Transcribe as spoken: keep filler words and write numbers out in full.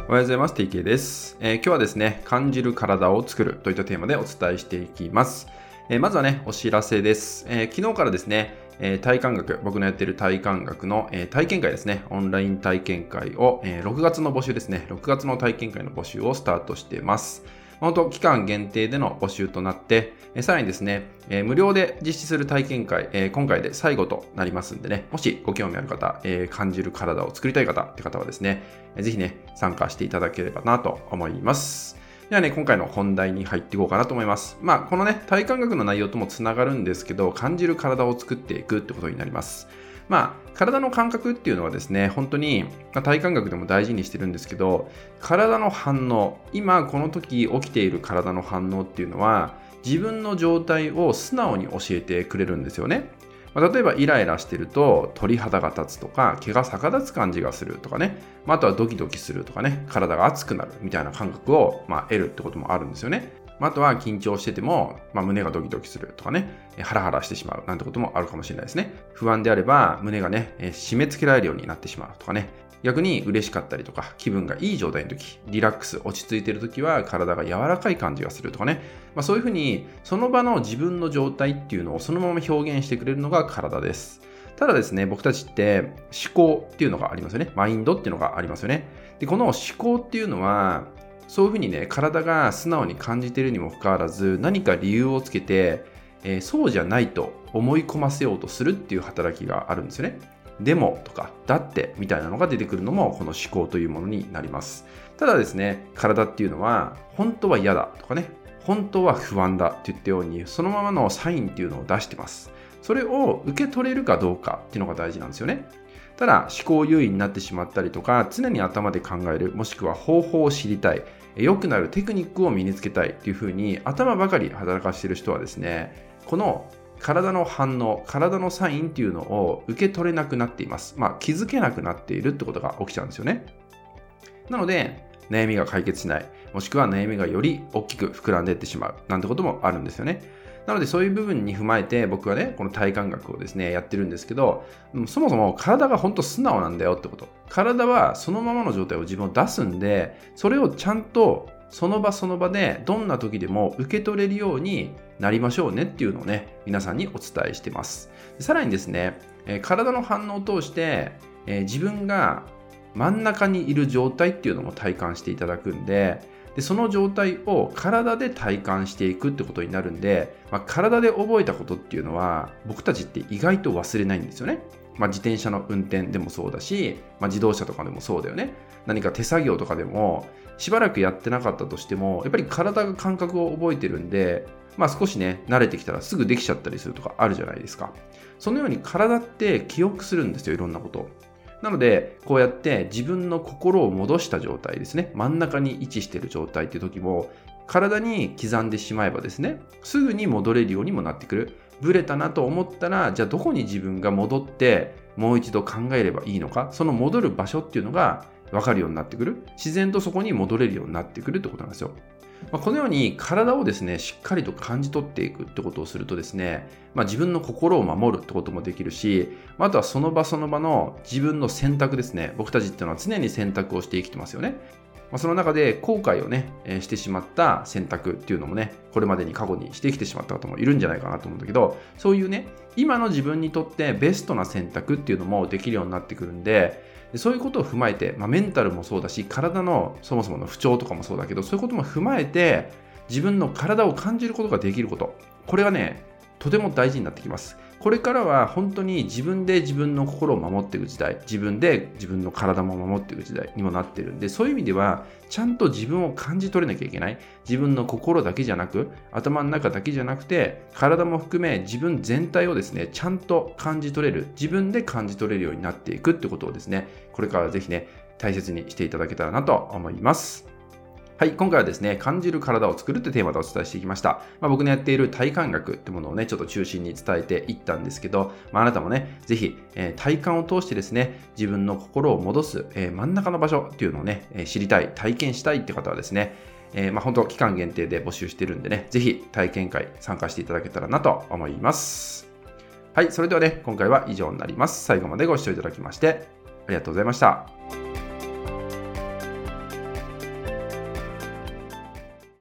おはようございます。ティーケー です、えー、今日はですね、感じる体を作るといったテーマでお伝えしていきます。えー、まずはね、お知らせです。えー、昨日からですね、えー、体感学、僕のやっている体感学の、えー、体験会ですね、オンライン体験会を、えー、ろくがつの募集ですね、ろくがつの体験会の募集をスタートしています。本当、期間限定での募集となって、えー、さらにですね、えー、無料で実施する体験会、えー、今回で最後となりますんでね、もしご興味ある方、えー、感じる体を作りたい方って方はですね、えー、ぜひね、参加していただければなと思います。ではね、今回の本題に入っていこうかなと思います。まあ、このね、体感学の内容ともつながるんですけど、感じる体を作っていくってことになります。まあ、体の感覚っていうのはですね、本当に、まあ、体感学でも大事にしてるんですけど、体の反応、今この時起きている体の反応っていうのは、自分の状態を素直に教えてくれるんですよね。まあ、例えばイライラしてると鳥肌が立つとか毛が逆立つ感じがするとかね、まあ、あとはドキドキするとかね、体が熱くなるみたいな感覚を、まあ、得るってこともあるんですよね。まあ、あとは緊張してても、まあ、胸がドキドキするとかね、ハラハラしてしまうなんてこともあるかもしれないですね。不安であれば胸がね、締め付けられるようになってしまうとかね、逆に嬉しかったりとか気分がいい状態の時、リラックス落ち着いている時は体が柔らかい感じがするとかね、まあ、そういうふうにその場の自分の状態っていうのをそのまま表現してくれるのが体です。ただですね、僕たちって思考っていうのがありますよね。マインドっていうのがありますよね。で、この思考っていうのはそういうふうにね、体が素直に感じているにもかかわらず、何か理由をつけて、えー、そうじゃないと思い込ませようとするっていう働きがあるんですよね。でもとか、だってみたいなのが出てくるのもこの思考というものになります。ただですね、体っていうのは本当は嫌だとかね、本当は不安だって言ったように、そのままのサインっていうのを出してます。それを受け取れるかどうかっていうのが大事なんですよね。ただ思考優位になってしまったりとか、常に頭で考える、もしくは方法を知りたい、良くなるテクニックを身につけたいっていうふうに頭ばかり働かしている人はですね、この体の反応、体のサインっていうのを受け取れなくなっています。まあ、気づけなくなっているってことが起きちゃうんですよね。なので悩みが解決しない、もしくは悩みがより大きく膨らんでいってしまうなんてこともあるんですよね。なのでそういう部分に踏まえて僕はね、この体感学をですねやってるんですけど、そもそも体が本当素直なんだよってこと。体はそのままの状態を自分を出すんで、それをちゃんとその場その場でどんな時でも受け取れるようになりましょうねっていうのをね、皆さんにお伝えしてます。さらにですね、えー、体の反応を通して、えー、自分が真ん中にいる状態っていうのも体感していただくんで、でその状態を体で体感していくってことになるんで、まあ、体で覚えたことっていうのは僕たちって意外と忘れないんですよね。まあ、自転車の運転でもそうだし、まあ、自動車とかでもそうだよね。何か手作業とかでもしばらくやってなかったとしても、やっぱり体が感覚を覚えてるんで、まあ、少しね慣れてきたらすぐできちゃったりするとかあるじゃないですか。そのように体って記憶するんですよ、いろんなことを。なのでこうやって自分の心を戻した状態ですね、真ん中に位置している状態っていう時も体に刻んでしまえばですね、すぐに戻れるようにもなってくる。ブレたなと思ったら、じゃあどこに自分が戻ってもう一度考えればいいのか、その戻る場所っていうのが分かるようになってくる。自然とそこに戻れるようになってくるってことなんですよ。まあ、このように体をですねしっかりと感じ取っていくってことをするとですね、まあ、自分の心を守るってこともできるし、あとはその場その場の自分の選択ですね。僕たちっていうのは常に選択をして生きてますよね。まあ、その中で後悔をね、えー、してしまった選択っていうのもね、これまでに過去にしてきてしまった方もいるんじゃないかなと思うんだけど、そういうね、今の自分にとってベストな選択っていうのもできるようになってくるんで、そういうことを踏まえて、まあ、メンタルもそうだし、体のそもそもの不調とかもそうだけど、そういうことも踏まえて自分の体を感じることができること、これがねとても大事になってきます。これからは本当に自分で自分の心を守っていく時代、自分で自分の体も守っていく時代にもなってるんで、そういう意味ではちゃんと自分を感じ取れなきゃいけない。自分の心だけじゃなく、頭の中だけじゃなくて、体も含め自分全体をですねちゃんと感じ取れる、自分で感じ取れるようになっていくってことをですね、これからぜひね大切にしていただけたらなと思います。はい、今回はですね、感じる体を作るってテーマでお伝えしていきました。まあ、僕のやっている体感学ってものをね、ちょっと中心に伝えていったんですけど、まあ、あなたもね、ぜひ、えー、体感を通してですね、自分の心を戻す、えー、真ん中の場所っていうのをね、えー、知りたい、体験したいって方はですね、えー、まあ本当期間限定で募集してるんでね、ぜひ体験会参加していただけたらなと思います。はい、それではね、今回は以上になります。最後までご視聴いただきましてありがとうございました。